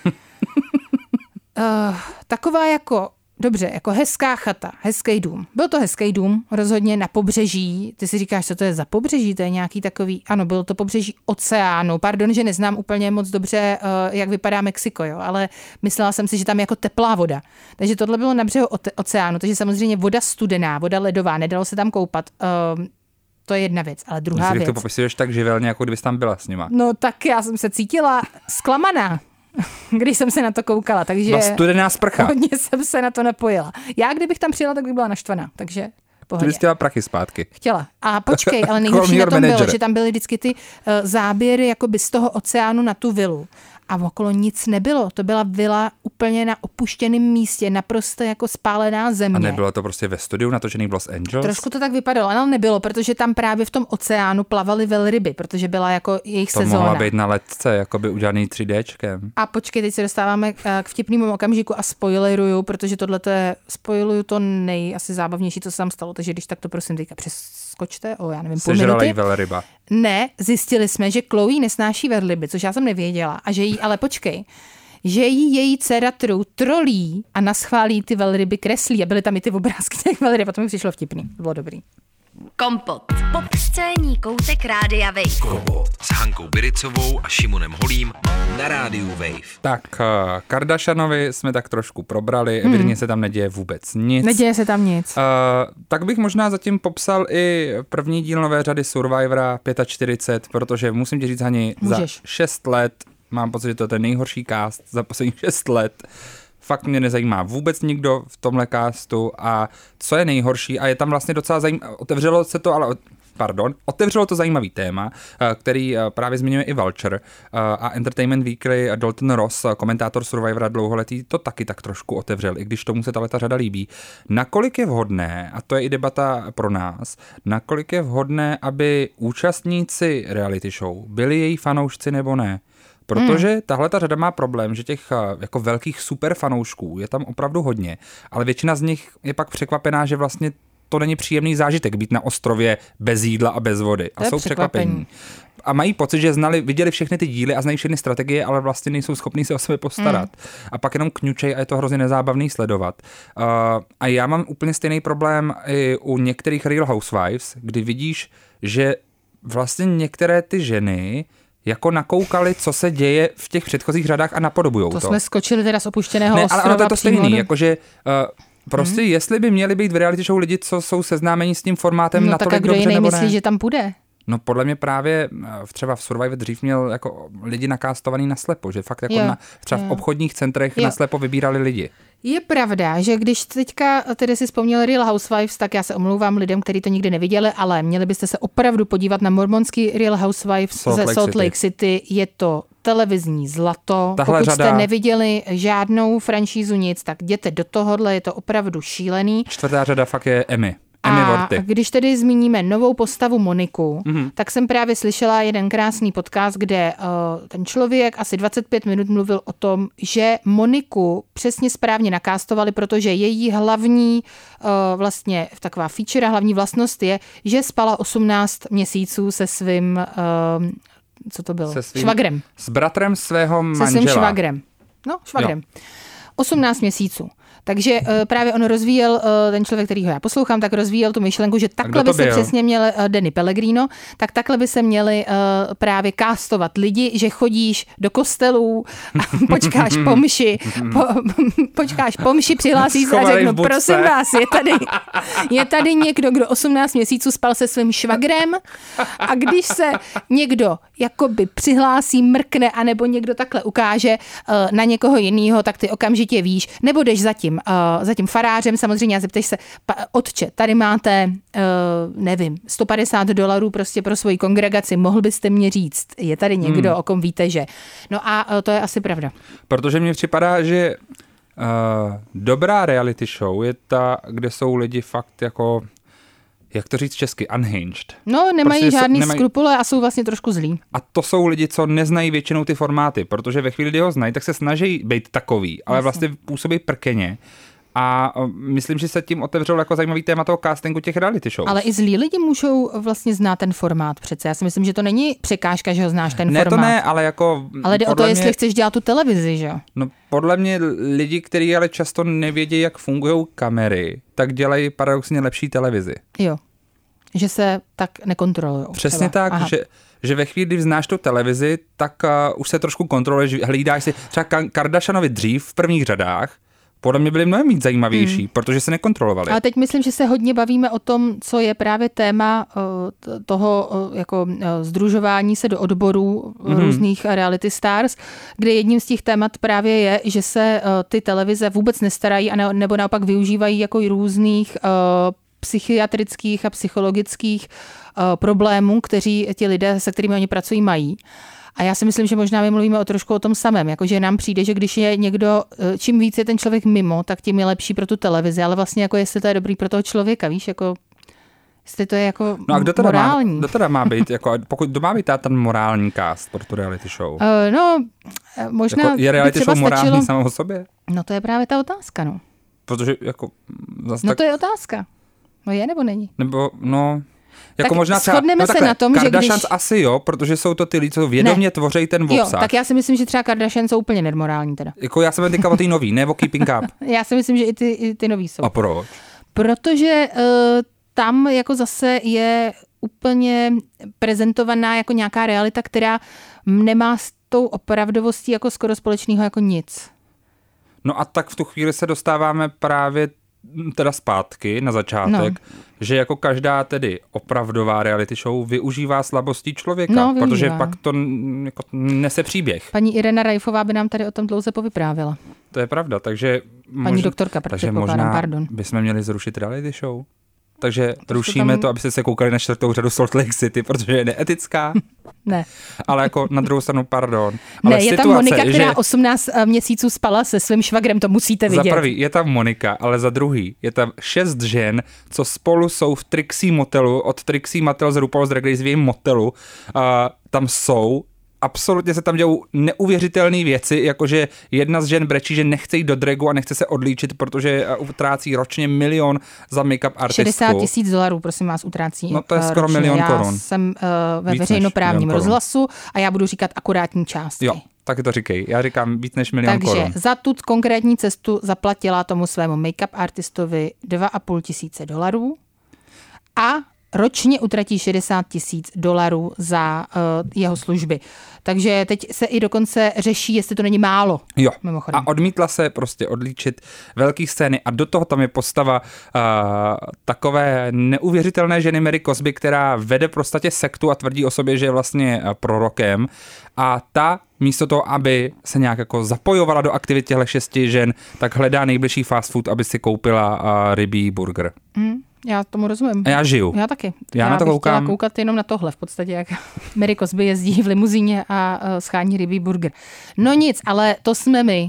uh, taková jako Dobře, jako hezká chata, hezký dům. Byl to hezký dům, rozhodně na pobřeží. Ty si říkáš, co to je za pobřeží? To je nějaký takový, ano, bylo to pobřeží oceánu. Pardon, že neznám úplně moc dobře, jak vypadá Mexiko, jo, ale myslela jsem si, že tam je jako teplá voda. Takže tohle bylo na břehu oceánu, takže samozřejmě voda studená, voda ledová, nedalo se tam koupat. To je jedna věc, ale druhá Myslíš, věc. to popisuješ tak živelně, jako kdybys tam byla s nima. No tak já jsem se cítila zklamaná, když jsem se na to koukala, takže... Byla studená sprcha. Hodně jsem se na to napojila. Já kdybych tam přijela, tak bych byla naštvaná, takže pohodě. Ty bys chtěla prachy zpátky. Chtěla. A počkej, ale nejhorší na tom bylo, že tam byly vždycky ty uh, záběry jakoby z toho oceánu na tu vilu. A okolo nic nebylo. To byla vila úplně na opuštěném místě, naprosto jako spálená země. A nebylo to prostě ve studiu natočený v Los Angeles? Trošku to tak vypadalo, ale nebylo, protože tam právě v tom oceánu plavaly velryby, protože byla jako jejich to sezóna. To mohla být na letce, jakoby udělaný tři déčkem. A počkej, teď se dostáváme k vtipnému okamžiku a spoileruju, protože tohle je, spoiluju to nej asi zábavnější, co se tam stalo, takže když tak to prosím teďka přeskočte, o já nevím, půl minuty. Sežrala jí velryba. Ne, zjistili jsme, že Chloe nesnáší velryby, což já jsem nevěděla, a že jí, ale počkej, že jí její dcera trou trolí a naschválí ty velryby kreslí a byly tam i ty obrázky těch velryb, a to mi přišlo vtipný, to bylo dobrý. Kompot. Popscénní koutek Rádia Wave. Kompot s Hankou Biricovou a Šimonem Holím na Rádiu Wave. Tak, uh, Kardashianovi jsme tak trošku probrali, hmm. evidentně se tam neděje vůbec nic. Neděje se tam nic. Uh, tak bych možná zatím popsal i první díl nové řady Survivora čtyřicet pět, protože musím ti říct, Hani, Můžeš. za šest let, mám pocit, že to je ten nejhorší cast za posledních šest let. Fakt mě nezajímá vůbec nikdo v tomhle castu a co je nejhorší, a je tam vlastně docela zajímavé, otevřelo se to, ale pardon, otevřelo to zajímavý téma, který právě zmiňuje i Vulture a Entertainment Weekly Dalton Ross, komentátor Survivora dlouholetý, to taky tak trošku otevřel, i když tomu se tato řada líbí. Nakolik je vhodné, a to je i debata pro nás, nakolik je vhodné, aby účastníci reality show byli její fanoušci nebo ne? Protože hmm. tahle ta řada má problém, že těch jako velkých super fanoušků je tam opravdu hodně, ale většina z nich je pak překvapená, že vlastně to není příjemný zážitek být na ostrově bez jídla a bez vody. A jsou překvapení. A mají pocit, že znali, viděli všechny ty díly a znají všechny strategie, ale vlastně nejsou schopní se o sebe postarat. Hmm. A pak jenom kňučej a je to hrozně nezábavný sledovat. Uh, a já mám úplně stejný problém i u některých Real Housewives, kdy vidíš, že vlastně některé ty ženy jako nakoukali, co se děje v těch předchozích řadách a napodobujou to. To jsme skočili teda z opuštěného ne, ostrova. Ale ono to je to stejný, do... jakože uh, prostě hmm. jestli by měli být v reality show lidi, co jsou seznámeni s tím formátem no, natolik dobře nebo ne. No tak a kdo jiný myslí, že tam půjde? No podle mě právě třeba v Survivor dřív měl jako lidi nakástovaný naslepo, že fakt jako jo, na, třeba jo. v obchodních centrech Jo. naslepo vybírali lidi. Je pravda, že když teďka tedy si vzpomněl Real Housewives, tak já se omlouvám lidem, kteří to nikdy neviděli, ale měli byste se opravdu podívat na mormonský Real Housewives Salt ze Lake Salt City. Lake City. Je to televizní zlato. Tahle Pokud řada- jste neviděli žádnou franšízu nic, tak jděte do tohohle, je to opravdu šílený. Čtvrtá řada fakt je Emmy. Emmy A Worthy. když tedy zmíníme novou postavu Moniku, Mhm. mm-hmm. tak jsem právě slyšela jeden krásný podcast, kde uh, ten člověk asi dvacet pět minut mluvil o tom, že Moniku přesně správně nakástovali, protože její hlavní uh, vlastně taková feature, hlavní vlastnost je, že spala osmnáct měsíců se svým, uh, co to bylo? Se svým- Švagrem. S bratrem svého Se manžela. svým švagrem. No, švagrem. osmnáct měsíců. Takže uh, právě on rozvíjel, uh, ten člověk, který ho já poslouchám, tak rozvíjel tu myšlenku, že takhle kdo by to se byl? přesně měl uh, Danny Pellegrino, tak takhle by se měli uh, právě kástovat lidi, že chodíš do kostelů, a počkáš po mši, po, počkáš po mši, přihlásíš se a Schovaný v řeknu, budce. prosím vás, je tady, je tady někdo, kdo osmnáct měsíců spal se svým švagrem a když se někdo jakoby přihlásí, mrkne, anebo někdo takhle ukáže uh, na někoho jiného, tak ty okamžitě víš, nebo jdeš za tím, uh, za tím farářem samozřejmě a zepteš se, pa, otče, tady máte, uh, nevím, sto padesát dolarů prostě pro svoji kongregaci, mohl byste mě říct, je tady někdo, hmm. o kom víte, že. No a uh, to je asi pravda. Protože mně připadá, že uh, dobrá reality show je ta, kde jsou lidi fakt jako, jak to říct česky, unhinged. No, nemají Prostě jsou- žádný nemají- skrupule a jsou vlastně trošku zlí. A to jsou lidi, co neznají většinou ty formáty, protože ve chvíli, kdy ho znají, tak se snaží být takový, ale vlastně působí prkeně. A uh, myslím, že se tím otevřel jako zajímavý téma toho castingu těch reality show. Ale i zlí lidi můžou vlastně znát ten formát přece. Já si myslím, že to není překážka, že ho znáš ten ne, formát. to ne, ale jako... Ale jde o to, podle jestli mě, chceš dělat tu televizi, že jo? No podle mě lidi, kteří ale často nevědí, jak fungují kamery, tak dělají paradoxně lepší televizi. Jo. Že se tak nekontrolují. Přesně třeba. tak, že, že ve chvíli, kdy znáš tu televizi, tak uh, už se trošku kontroluješ, hlídáš si, třeba Ka- Kardashianovi dřív v prvních řadách, podle mě byly mnohem víc zajímavější, hmm. protože se nekontrolovali. Ale teď myslím, že se hodně bavíme o tom, co je právě téma uh, t- toho uh, jako uh, sdružování se do odborů mm-hmm. různých reality stars, kde jedním z těch témat právě je, že se uh, ty televize vůbec nestarají a ne, nebo naopak využívají jako i různých uh, psychiatrických a psychologických uh, problémů, kteří ti lidé, se kterými oni pracují, mají. A já si myslím, že možná my mluvíme o trošku o tom samém, jakože nám přijde, že když je někdo, čím víc je ten člověk mimo, tak tím je lepší pro tu televizi, ale vlastně jako jestli to je dobrý pro toho člověka, víš, jako jestli to je jako no a kdo teda morální. Má, kdo teda má být, jako, pokud kdo má být ten morální cast pro tu reality show? Uh, no, možná jako je reality by třeba show morální stačilo... samo o sobě? No to je právě ta otázka, no. Protože jako... Zase No tak, to je otázka. No je nebo není? Nebo, no... Jako Tak možná třeba, shodneme no se takhle, na tom, že Kardashians když- asi jo, protože jsou to ty lidi, co vědomě Ne. tvoří ten Jo, obsah. tak já si myslím, že třeba Kardashian jsou úplně nemorální teda. Jako já jsem teďka o té nový, ne o Keeping Up. Já si myslím, že i ty, i ty nový jsou. A proč? Protože uh, tam jako zase je úplně prezentovaná jako nějaká realita, která nemá s tou opravdovostí jako skoro společného jako nic. No a tak v tu chvíli se dostáváme právě teda zpátky na začátek, no. že jako každá tedy opravdová reality show využívá slabostí člověka, No, využívá. protože pak to n- jako nese příběh. Paní Irena Rajfová by nám tady o tom dlouze povyprávěla. To je pravda, takže... Paní doktorka, takže předpokládám, možná pardon. bychom měli zrušit reality show. Takže to rušíme tam- to, abyste se koukali na čtvrtou řadu Salt Lake City, protože je neetická, Ne. ale jako na druhou stranu, pardon. Ale Ne, je tam situace, Monika, která že osmnáct měsíců spala se svým švagrem, to musíte za vidět. prvý je tam Monika, ale za druhý je tam šest žen, co spolu jsou v Trixie motelu, od Trixie Mattel z RuPaul's Drag Race v jejím motelu, a tam jsou, absolutně se tam dějou neuvěřitelné věci, jakože jedna z žen brečí, že nechce jít do dragu a nechce se odlíčit, protože utrácí ročně milion za make-up artistku. šedesát tisíc dolarů, prosím vás, utrácí. No to je eh, skoro ročně. milion já korun. Já jsem uh, ve Víc než veřejnoprávním milion korun. rozhlasu a já budu říkat akurátní částky. Jo, tak to říkej. Já říkám víc než milion Takže korun. za tu konkrétní cestu zaplatila tomu svému make-up artistovi dva a půl tisíce dolarů a ročně utratí šedesát tisíc dolarů za uh, jeho služby. Takže teď se i dokonce řeší, jestli to není málo. Jo. Mimochodem. A odmítla se prostě odlíčit velký scény a do toho tam je postava uh, takové neuvěřitelné ženy Mary Cosby, která vede v podstatě sektu a tvrdí o sobě, že je vlastně uh, prorokem. A ta místo toho, aby se nějak jako zapojovala do aktivit těchto šesti žen, tak hledá nejbližší fast food, aby si koupila uh, rybí burger. Mm, já tomu rozumím. A já žiju. Já taky. Já, já na to bych koukám. chtěla koukat jenom na tohle v podstatě, jak Mary Cosby jezdí v limuzíně a uh, schání rybí burger. No nic, ale to jsme my.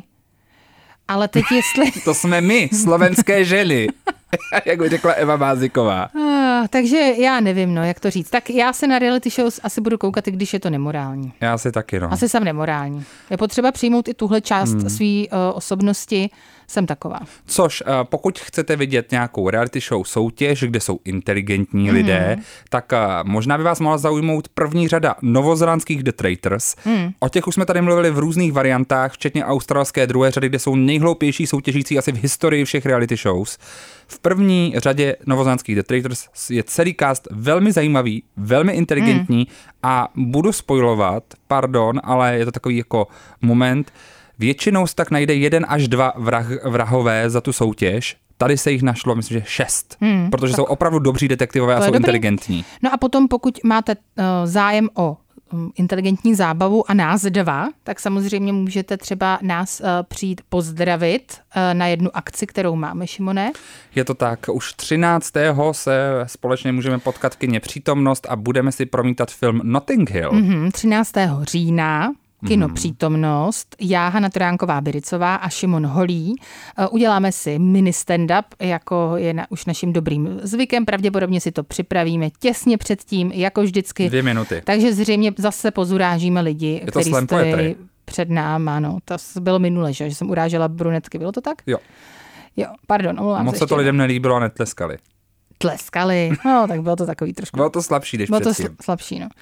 Ale teď jestli... To jsme my, slovenské ženy. Jak by řekla Eva Máziková. Ah, takže já nevím, no, jak to říct. Tak já se na reality shows asi budu koukat, i když je to nemorální. Já si taky, no. Asi jsem nemorální. Je potřeba přijmout i tuhle část hmm. své uh, osobnosti. Jsem taková. Což uh, pokud chcete vidět nějakou reality show soutěž, kde jsou inteligentní hmm. lidé, tak uh, možná by vás mohla zaujmout první řada novozélandských The Traitors. Hmm. O těch už jsme tady mluvili v různých variantách, včetně australské druhé řady, kde jsou nejhloupější soutěžící asi v historii všech reality shows. V první řadě novozélandských The Traitors je celý cast velmi zajímavý, velmi inteligentní hmm. a budu spoilovat, pardon, ale je to takový jako moment. Většinou se tak najde jeden až dva vrah, vrahové za tu soutěž. Tady se jich našlo, myslím, že šest. Hmm, protože tak. Jsou opravdu dobří detektivové a jsou dobrý. Inteligentní. No a potom, pokud máte uh, zájem o um, inteligentní zábavu a nás dva, tak samozřejmě můžete třeba nás uh, přijít pozdravit uh, na jednu akci, kterou máme, Šimone. Je to tak. Už třináctého se společně můžeme potkat kyně Přítomnost a budeme si promítat film Notting Hill. Mm-hmm, třináctého října. Kino Přítomnost, já, Hana Turánková-Biricová a Šimon Holý. Uděláme si mini stand-up, jako je na, už naším dobrým zvykem. Pravděpodobně si to připravíme těsně předtím, jako vždycky. Dvě minuty. Takže zřejmě zase pozurážíme lidi, kteří stojí před námi. Ano, to bylo minule, že? že jsem urážela brunetky. Bylo to tak? Jo. Jo, pardon, omlouvám Moc se se to lidem nelíbilo a netleskali. Tleskali. No, tak bylo to takový trošku. Bylo to slabší, než bylo předtím. Bylo to slabší, no.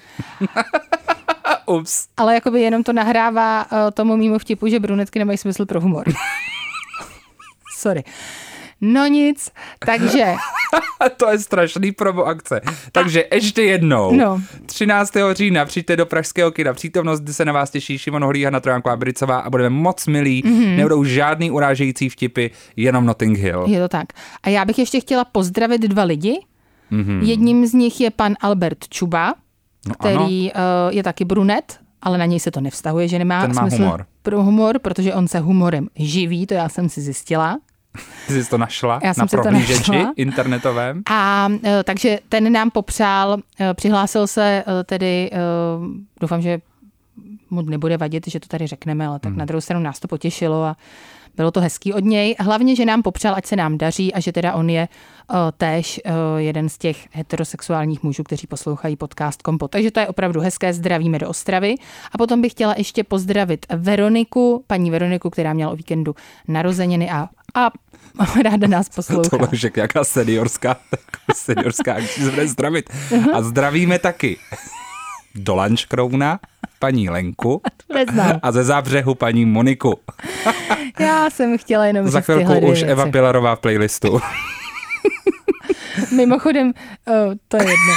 Ups. Ale jakoby jenom to nahrává uh, tomu mýmu vtipu, že brunetky nemají smysl pro humor. Sorry. No nic, takže... To je strašný promo akce. Takže ještě jednou. No. třináctého října přijďte do pražského kina Přítomnost, kde se na vás těší Šimon Holý, Hana Turánková-Biricová a budeme moc milí. Mm-hmm. Nebudou žádný urážející vtipy, jenom Notting Hill. Je to tak. A já bych ještě chtěla pozdravit dva lidi. Mm-hmm. Jedním z nich je pan Albert Čuba, no, který uh, je taky brunet, ale na něj se to nevztahuje, že nemá Ten má smysl humor. Pro humor, protože on se humorem živí, to já jsem si zjistila. Ty jsi to našla já na prohlížeči to internetovém. A uh, takže ten nám popřál, uh, přihlásil se uh, tedy, uh, doufám, že mu nebude vadit, že to tady řekneme, ale tak hmm. na druhou stranu nás to potěšilo a bylo to hezký od něj. Hlavně, že nám popřál, ať se nám daří a že teda on je uh, též uh, jeden z těch heterosexuálních mužů, kteří poslouchají podcast Kompot. Takže to je opravdu hezké, zdravíme do Ostravy. A potom bych chtěla ještě pozdravit Veroniku, paní Veroniku, která měla o víkendu narozeniny a, a ráda nás poslouchá. To je jaká seniorská, seniorská akce se bude zdravit. A zdravíme taky do Lanškrouna paní Lenku a ze Zábřehu paní Moniku. Já jsem chtěla jenom za říct tyhle chvilku už věci. Eva Pilarová v playlistu. Mimochodem, oh, to je jedno.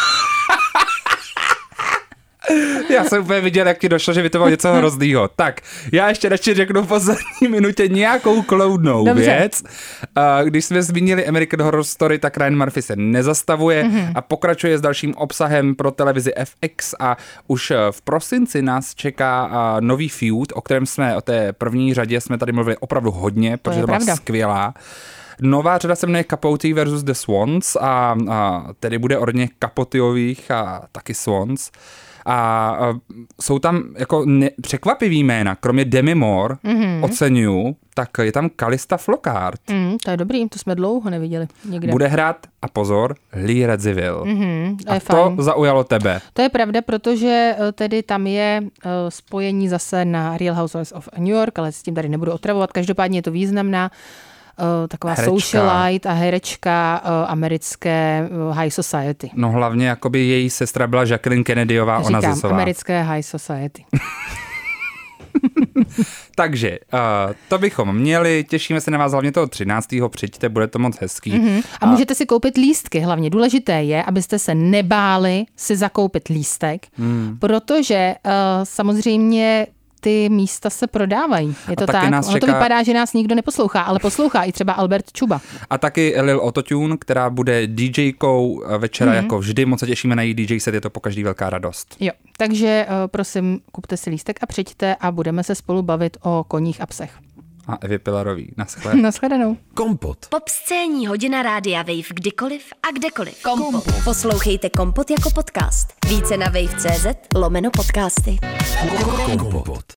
Já jsem úplně viděl, jak ti došlo, že by to bylo něco hroznýho. Tak, já ještě radši řeknu v poslední minutě nějakou kloudnou Dobře. věc. Když jsme zmínili American Horror Story, tak Ryan Murphy se nezastavuje mm-hmm. a pokračuje s dalším obsahem pro televizi F X a už v prosinci nás čeká nový feud, o kterém jsme, o té první řadě jsme tady mluvili opravdu hodně, protože to byla pravda. skvělá. Nová řada se jmenuje Capote versus The Swans a, a tedy bude hodně Capoteových a taky Swans. A, a jsou tam jako ne, překvapivý jména, kromě Demi Moore, mm-hmm. oceňuju, tak je tam Calista Flockhart. Mm, to je dobrý, to jsme dlouho neviděli někde. Bude hrát, a pozor, Lee Radziwill. Mm-hmm, to a to fajn. Zaujalo tebe. To je pravda, protože tedy tam je uh, spojení zase na Real Housewives of New York, ale s tím tady nebudu otravovat. Každopádně je to významná Uh, taková herečka. Socialite a herečka uh, americké uh, high society. No hlavně jakoby její sestra byla Jacqueline Kennedyová Říkám, Onasisová. americké high society. Takže uh, to bychom měli, těšíme se na vás hlavně toho třináctého Přijďte, bude to moc hezký. Mm-hmm. A můžete si koupit lístky, hlavně důležité je, abyste se nebáli si zakoupit lístek, mm. protože uh, samozřejmě ty místa se prodávají. Je to tak? Ono čeká... to vypadá, že nás nikdo neposlouchá, ale poslouchá i třeba Albert Čuba. A taky Lil Autotune, která bude DJkou večera mm-hmm. jako vždy. Moc se těšíme na její D J set, je to pokaždý velká radost. Jo, takže uh, prosím, kupte si lístek a přijďte a budeme se spolu bavit o koních a psech. A Evě Pilarový. Naschle. Naschledanou. Kompot. Popscénní hodina Rádia Wave kdykoliv a kdekoliv. Kompot. Poslouchejte Kompot jako podcast. Více na wave tečka cz lomeno podcasty. Kompot.